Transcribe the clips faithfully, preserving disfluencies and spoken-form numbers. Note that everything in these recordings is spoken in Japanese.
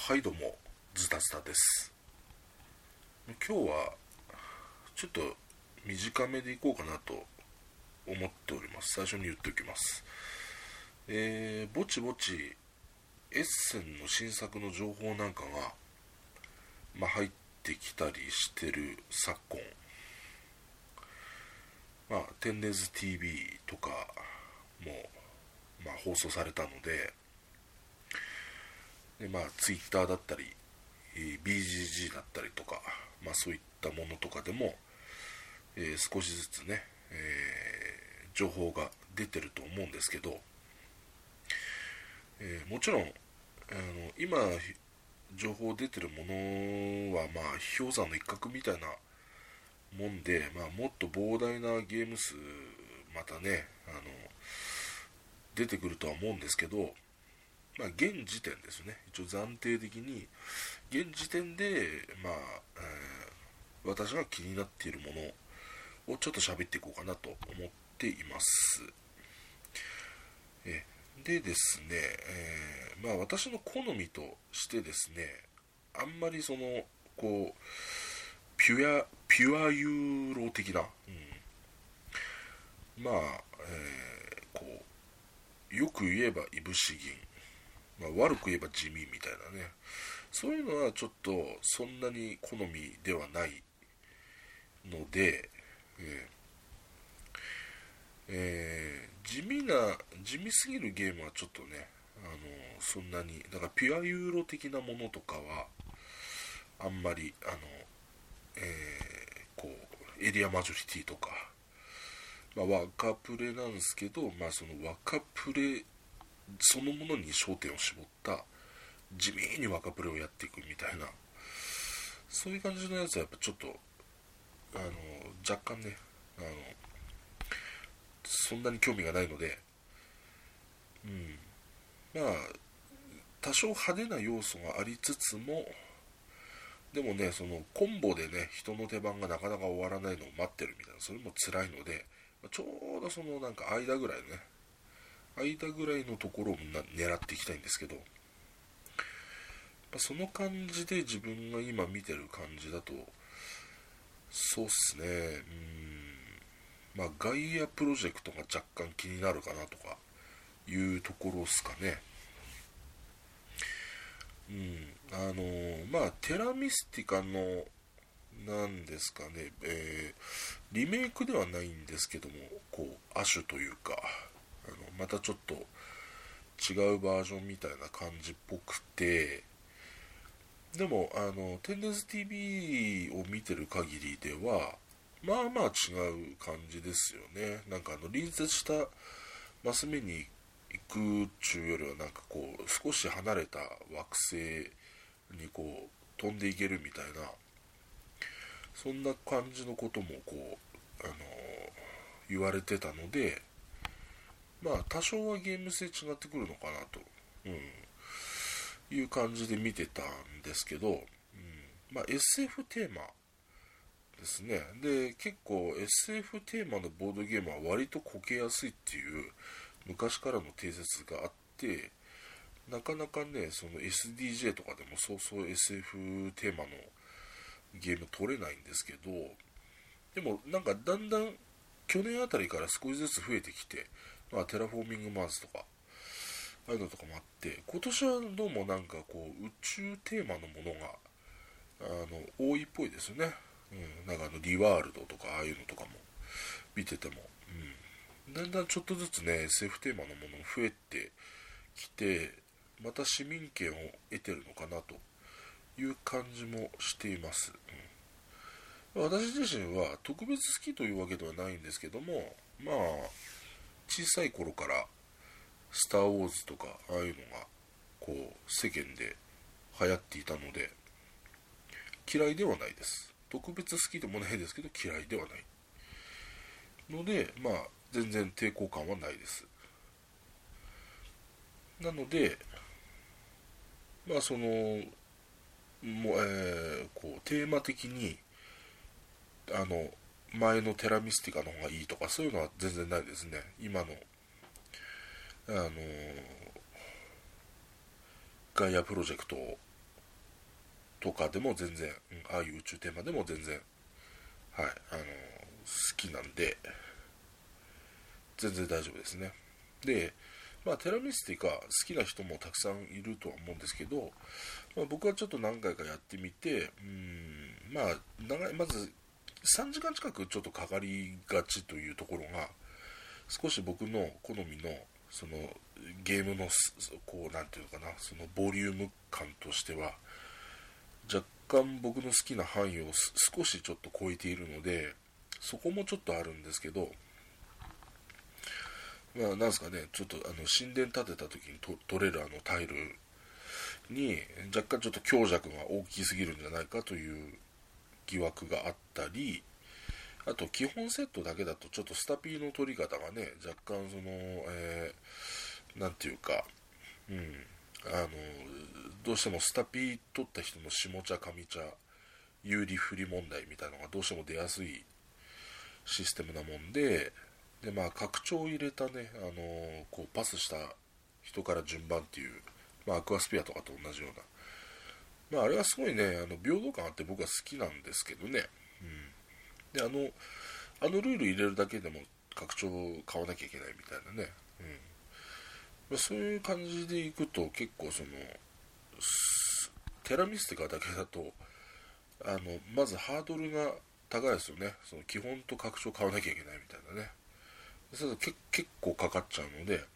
はいどうも、ズタズタです。今日はちょっと短めでいこうかなと思っております。最初に言っておきます。えー、ぼちぼちエッセンの新作の情報なんかが、まあ、入ってきたりしてる昨今、まあ、テンデーズ ティーブイ とかも、まあ、放送されたので、で、まあ、Twitter だったり ビージージー だったりとか、まあ、そういったものとかでも、えー、少しずつね、えー、情報が出てると思うんですけど、えー、もちろんあの今情報出てるものはまあ氷山の一角みたいなもんで、まあ、もっと膨大なゲーム数またねあの出てくるとは思うんですけど、まあ、現時点ですね、一応暫定的に現時点で、まあえー、私が気になっているものをちょっと喋っていこうかなと思っています。えでですね、えー、まあ私の好みとしてですね、あんまりそのこうピュアピュアユーロ的な、うん、まあ、えー、こうよく言えばいぶし銀、まあ、悪く言えば地味みたいなね、そういうのはちょっとそんなに好みではないので、えーえー、地味な地味すぎるゲームはちょっとね、あのそんなにだからピュアユーロ的なものとかはあんまりあの、えー、こうエリアマジョリティとか、まあ、若プレなんですけど、まあ、その若プレそのものに焦点を絞った地味に若プレをやっていくみたいな、そういう感じのやつはやっぱちょっとあの若干ね、あのそんなに興味がないので、うん、まあ多少派手な要素がありつつも、でもね、そのコンボでね人の手番がなかなか終わらないのを待ってるみたいな、それも辛いので、ちょうどそのなんか間ぐらいね間ぐらいのところをな狙っていきたいんですけど、その感じで自分が今見てる感じだと、そうっすね、うーん、まあガイアプロジェクトが若干気になるかなとかいうところですかね。うん、あのー、まあテラミスティカのなんですかね、えー、リメイクではないんですけども、こう亜種というか、あのまたちょっと違うバージョンみたいな感じっぽくて、でもあのテンデンス ティーブイ を見てる限りではまあまあ違う感じですよね。なんかあの隣接したマス目に行くっちゅうよりは、なんかこう少し離れた惑星にこう飛んでいけるみたいな、そんな感じのこともこう、あのー言われてたので、まあ多少はゲーム性違ってくるのかなと、うん、いう感じで見てたんですけど、うん、まあ エスエフ テーマですね。で、結構 エスエフ テーマのボードゲームは割とこけやすいっていう昔からの定説があって、なかなかね、その エスディージェー とかでもそうそう エスエフ テーマのゲーム取れないんですけど、でもなんかだんだん去年あたりから少しずつ増えてきて、まあ、テラフォーミングマーズとかああいうのとかもあって、今年はどうもなんかこう宇宙テーマのものがあの多いっぽいですね。うん、なんかあのリワールドとかああいうのとかも見てても、うん、だんだんちょっとずつね エスエフ テーマのものが増えてきて、また市民権を得てるのかなという感じもしています。うん、私自身は特別好きというわけではないんですけども、まあ小さい頃からスター・ウォーズとかああいうのがこう世間で流行っていたので嫌いではないです。特別好きでもないですけど嫌いではないので、まあ全然抵抗感はないです。なのでまあそのもう、えー、こうテーマ的にあの前のテラミスティカの方がいいとかそういうのは全然ないですね。今のあのガイアプロジェクトとかでも全然、うん、ああいう宇宙テーマでも全然、はい、あの好きなんで全然大丈夫ですね。で、まあ、テラミスティカ好きな人もたくさんいるとは思うんですけど、まあ、僕はちょっと何回かやってみて、うーん、まあ、長い、まずさんじかん近くちょっとかかりがちというところが、少し僕の好みの、その、ゲームの、こう、なんていうのかな、そのボリューム感としては、若干僕の好きな範囲を少しちょっと超えているので、そこもちょっとあるんですけど、まあ、なんですかね、ちょっとあの神殿建てた時にと取れるあのタイルに若干ちょっと強弱が大きすぎるんじゃないかという疑惑があったり、あと基本セットだけだとちょっとスタピーの取り方がね、若干その、えー、なんていうか、うん、あの、どうしてもスタピー取った人の下茶上茶、有利不利問題みたいなのがどうしても出やすいシステムなもんで、でまあ拡張を入れたね、あのーこうパスした人から順番っていう、まあ、アクアスピアとかと同じような、まあ、あれはすごいね、あの平等感あって僕は好きなんですけどね、うん、であのあのルール入れるだけでも拡張を買わなきゃいけないみたいなね、うんまあ、そういう感じでいくと結構そのテラミスティカだけだとあのまずハードルが高いですよね。その基本と拡張買わなきゃいけないみたいなね、それけ結構かかっちゃうので、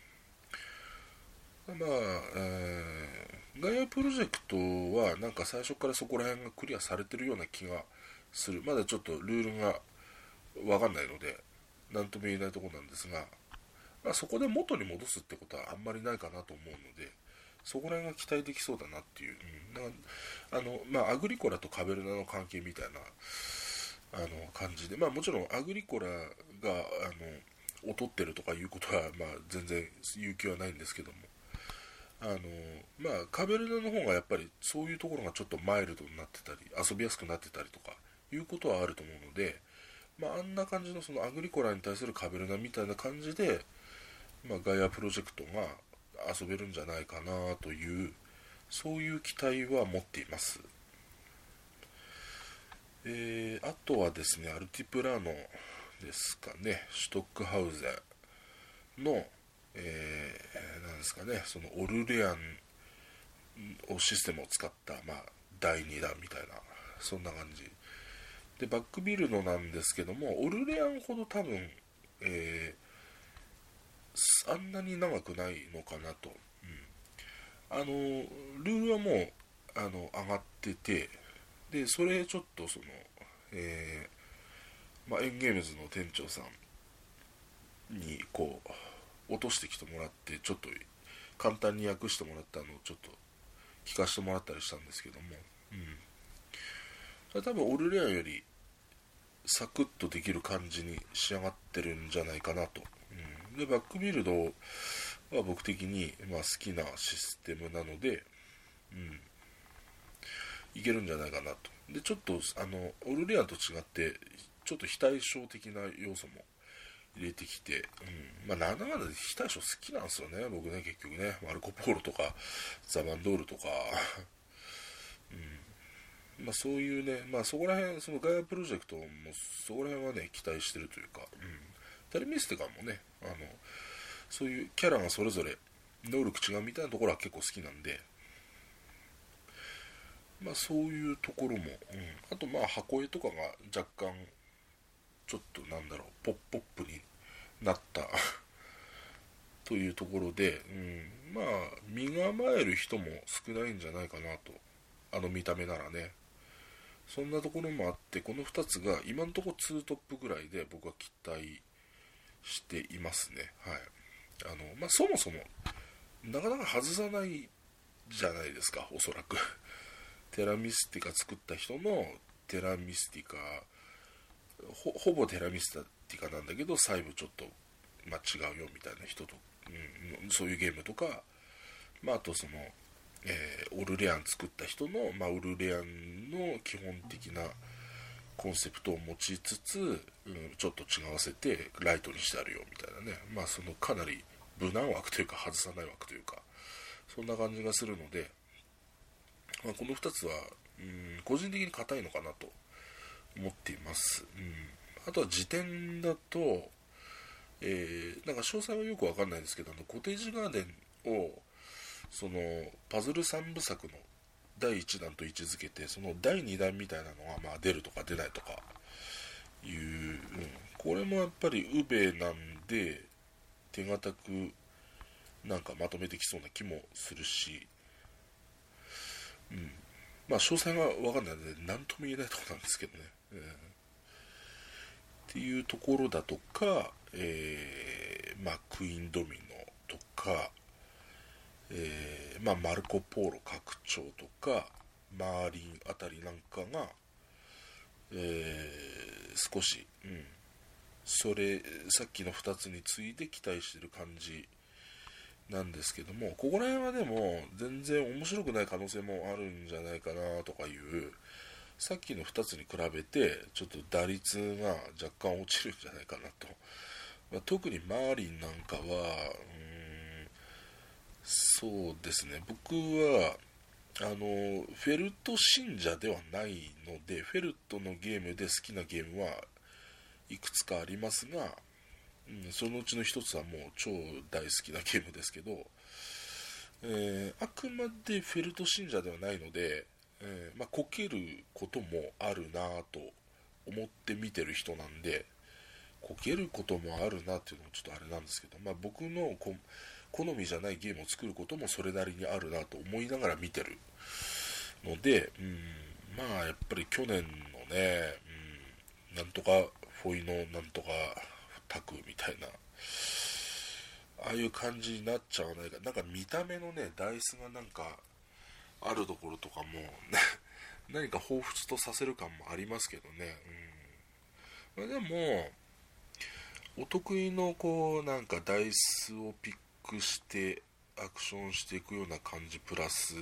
まあ、えー、ガイアプロジェクトはなんか最初からそこら辺がクリアされてるような気がする。まだちょっとルールがわかんないので何とも言えないところなんですが、まあ、そこで元に戻すってことはあんまりないかなと思うので、そこら辺が期待できそうだなっていう、うん、だからあの、まあ、アグリコラとカベルナの関係みたいなあの感じで、まあ、もちろんアグリコラがあの劣ってるとかいうことは、まあ、全然言う気はないんですけども、あのまあ、カベルナの方がやっぱりそういうところがちょっとマイルドになってたり遊びやすくなってたりとかいうことはあると思うので、まあ、あんな感じのそのアグリコラに対するカベルナみたいな感じで、まあ、ガイアプロジェクトが遊べるんじゃないかなという、そういう期待は持っています。えー、あとはですね、アルティプラノですかね、シュトックハウゼンの、えー、なんですかね、そのオルレアンをシステムを使った、まあ、だいにだんみたいな、そんな感じで、バックビルドなんですけども、オルレアンほど多分、えー、あんなに長くないのかなと、うん、あのルールはもうあの上がってて、でそれちょっとその、えーまあ、エンゲームズの店長さんにこう落としてきてもらって、ちょっと簡単に訳してもらったのをちょっと聞かせてもらったりしたんですけども、うん、多分オルレアンよりサクッとできる感じに仕上がってるんじゃないかなと、うん、でバックビルドは僕的に、まあ、好きなシステムなので、うん、いけるんじゃないかなと。でちょっとあのオルレアンと違ってちょっと非対称的な要素も入れてきて、うん、まあなんだかんだで非対称好きなんですよね、僕ね、結局ね、マルコ・ポーロとかザ・バンドールとか、うん、まあそういうね、まあそこら辺、そのガイアプロジェクトもそこら辺はね、期待してるというか、うん、タリミスティカもね、あのそういうキャラがそれぞれ能力違うみたいなところは結構好きなんで、まあそういうところも、うん、あとまあ箱絵とかが若干ちょっとなんだろう、ポップポップになったというところで、うん、まあ身構える人も少ないんじゃないかなと、あの見た目ならね、そんなところもあって、このふたつが今のところツートップぐらいで僕は期待していますね。はい。あのまあそもそもなかなか外さないじゃないですか、おそらくテラミスティカ作った人のテラミスティカ ほ, ほぼテラミスティカなんだけど細部ちょっと、まあ、違うよみたいな人と、うん、そういうゲームとか、まあ、あとその、えー、オルレアン作った人の、まあ、オルレアンの基本的なコンセプトを用いつつ、うん、ちょっと違わせてライトにしてあるよみたいなね、まあそのかなり無難枠というか外さない枠というか、そんな感じがするので、 まあ、このふたつは、うん、個人的に硬いのかなと思っています。うん、あとは時点だと、えー、なんか詳細はよくわかんないですけど、あのコテージガーデンをそのパズルさんぶ作のだいいちだんと位置づけて、そのだいにだんみたいなのがまあ出るとか出ないとかいう、うん、これもやっぱりウベなんで手堅くなんかまとめてきそうな気もするし、うん、まあ詳細は分かんないので何とも言えないところなんですけどね、えー、っていうところだとか、えー、まあクイーンドミノとか、えー、まあマルコ・ポーロ拡張とかマーリンあたりなんかが、えー、少し、うん、それさっきのふたつに次いで期待してる感じなんですけども、ここら辺はでも全然面白くない可能性もあるんじゃないかなとかいう、さっきのふたつに比べてちょっと打率が若干落ちるんじゃないかなと、まあ、特にマーリンなんかはうーんそうですね、僕はあのフェルト信者ではないので、フェルトのゲームで好きなゲームはいくつかありますが、うん、そのうちの一つはもう超大好きなゲームですけど、えー、あくまでフェルト信者ではないので、えーまあ、こけることもあるなと思って見てる人なんで、こけることもあるなっていうのもちょっとあれなんですけど、まあ、僕のこ好みじゃないゲームを作ることもそれなりにあるなと思いながら見てるので、うん、まあやっぱり去年のね、うん、なんとかフォイのなんとかタクみたいなああいう感じになっちゃわないか、なんか見た目のねダイスがなんかあるところとかも何か彷彿とさせる感もありますけどね、うん、まあ、でもお得意のこうなんかダイスをピックしてアクションしていくような感じプラス、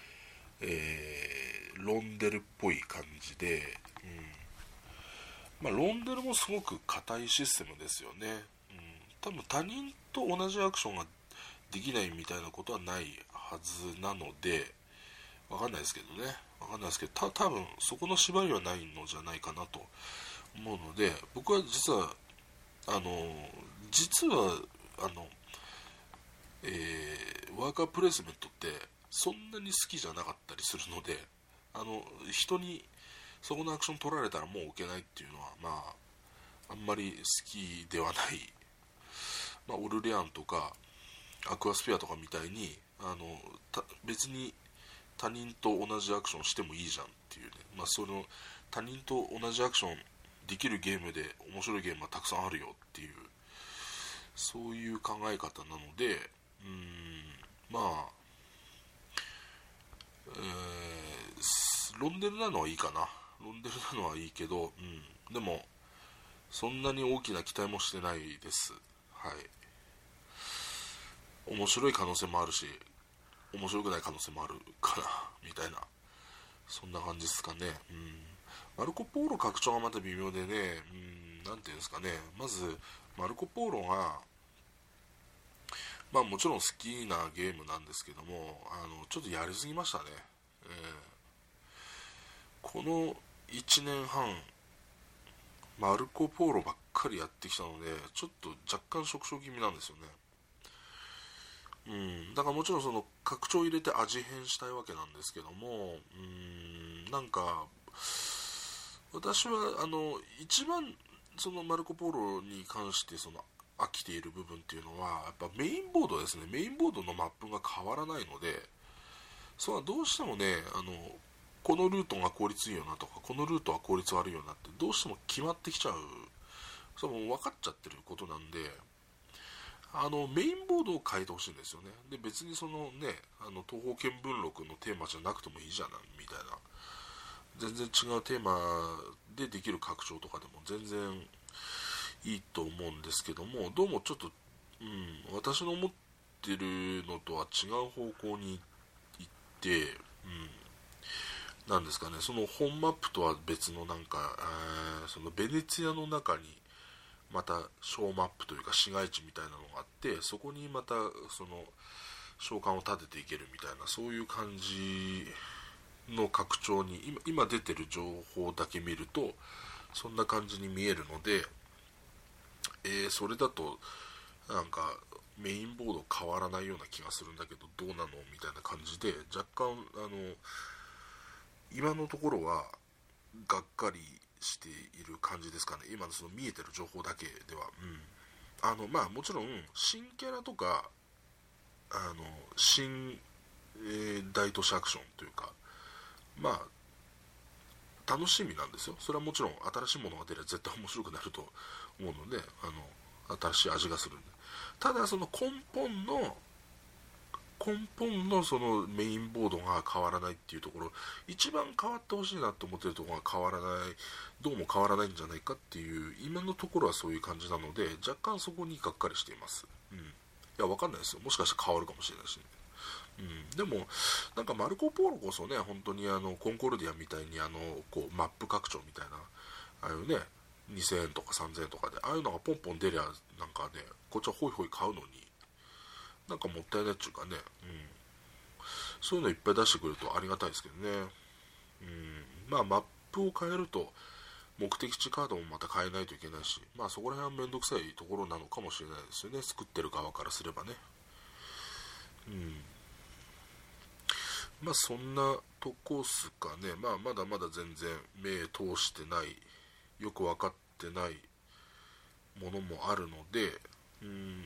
えー、ロンデルっぽい感じで、うん、まあ、ロンデルもすごく硬いシステムですよね、うん、多分他人と同じアクションができないみたいなことはないはずなので、わかんないですけどね、わかんないですけど、た多分そこの縛りはないのじゃないかなと思うので、僕は実はあの実はあの、えー、ワーカープレイスメントってそんなに好きじゃなかったりするので、あの人にそこのアクション取られたらもう置けないっていうのはまああんまり好きではない、まあ、オルレアンとかアクアスフィアとかみたいにあの別に他人と同じアクションしてもいいじゃんっていうね、まあ、その他人と同じアクションできるゲームで面白いゲームはたくさんあるよっていう、そういう考え方なので、うーんまあ、えー、ロンデルなのはいいかな、ロンデルなのはいいけど、うん、でもそんなに大きな期待もしてないです。はい、面白い可能性もあるし面白くない可能性もあるかなみたいな、そんな感じですかね。うん、マルコ・ポーロ拡張がまた微妙でね、うん、なんていうんですかね、まずマルコ・ポーロがまあもちろん好きなゲームなんですけども、あのちょっとやりすぎましたね、えー、このいちねんはんマルコ・ポーロばっかりやってきたのでちょっと若干縮小気味なんですよね。うん、だからもちろんその拡張入れて味変したいわけなんですけども、うん、なんか私はあの一番そのマルコ・ポーロに関してその飽きている部分っていうのはやっぱメインボードですね。メインボードのマップが変わらないので、それはどうしてもね、あのこのルートが効率いいよなとかこのルートは効率悪いよなってどうしても決まってきちゃう、それも分かっちゃってることなんで、あのメインボードを変えてほしいんですよね。で別にそのね、あの東方見聞録のテーマじゃなくてもいいじゃないみたいな、全然違うテーマでできる拡張とかでも全然いいと思うんですけども、どうもちょっと、うん、私の思ってるのとは違う方向に行って、うん、なんですかね、その本マップとは別のなんか、えー、そのベネツィアの中にまた小マップというか市街地みたいなのがあって、そこにまたその召喚を立てていけるみたいな、そういう感じの拡張に 今, 今出てる情報だけ見るとそんな感じに見えるので、えー、それだとなんかメインボード変わらないような気がするんだけどどうなのみたいな感じで若干あの今のところはがっかりしている感じですかね。今のその見えてる情報だけでは、うん、あのまあもちろん新キャラとかあの新、えー、大都市アクションというかまあ楽しみなんですよ。それはもちろん新しいものが出れば絶対面白くなると思うのであの新しい味がするんで、ただその根本の根本のそのメインボードが変わらないっていうところ、一番変わってほしいなと思ってるところが変わらない、どうも変わらないんじゃないかっていう今のところはそういう感じなので若干そこにがっかりしています。うん、いやわかんないですよ、もしかして変わるかもしれないし、ね、うん、でもなんかマルコ・ポーロこそね本当にあのコンコルディアみたいにあのこうマップ拡張みたいなああいうねにせんえんとかさんぜんえんとかでああいうのがポンポン出りゃなんかねこっちはホイホイ買うのになんかもったいないっていうかね、うん、そういうのいっぱい出してくれるとありがたいですけどね、うん、まあマップを変えると目的地カードもまた変えないといけないし、まあそこら辺はめんどくさいところなのかもしれないですよね、作ってる側からすればね。うん、まあそんなとこっすかね。まあまだまだ全然目通してない、よく分かってないものもあるので、うん、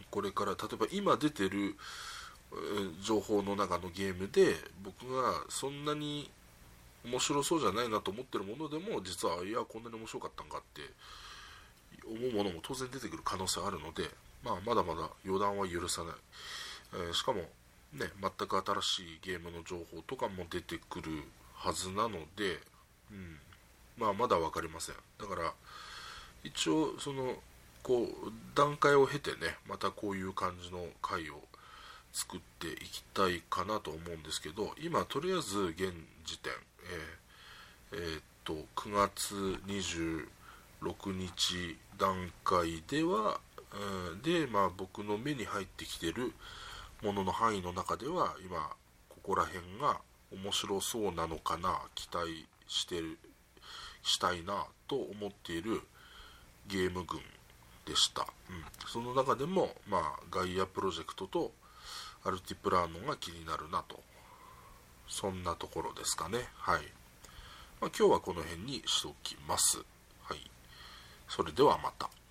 これから例えば今出てる情報の中のゲームで僕がそんなに面白そうじゃないなと思ってるものでも実はいやこんなに面白かったんかって思うものも当然出てくる可能性あるので、まあ、まだまだ予断は許さない、えー、しかもね全く新しいゲームの情報とかも出てくるはずなので、うん、まあまだ分かりません。だから一応そのこう段階を経てねまたこういう感じの回を作っていきたいかなと思うんですけど、今とりあえず現時点、えーえー、っとくがつにじゅうろくにち段階では、うん、でまあ僕の目に入ってきてるものの範囲の中では今ここら辺が面白そうなのかな、期待してるしたいなと思っているゲーム群でした。うん、その中でも、まあ、ガイアプロジェクトとアルティプラーノが気になるなと、そんなところですかね。はい。まあ、今日はこの辺にしておきます。はい。それではまた。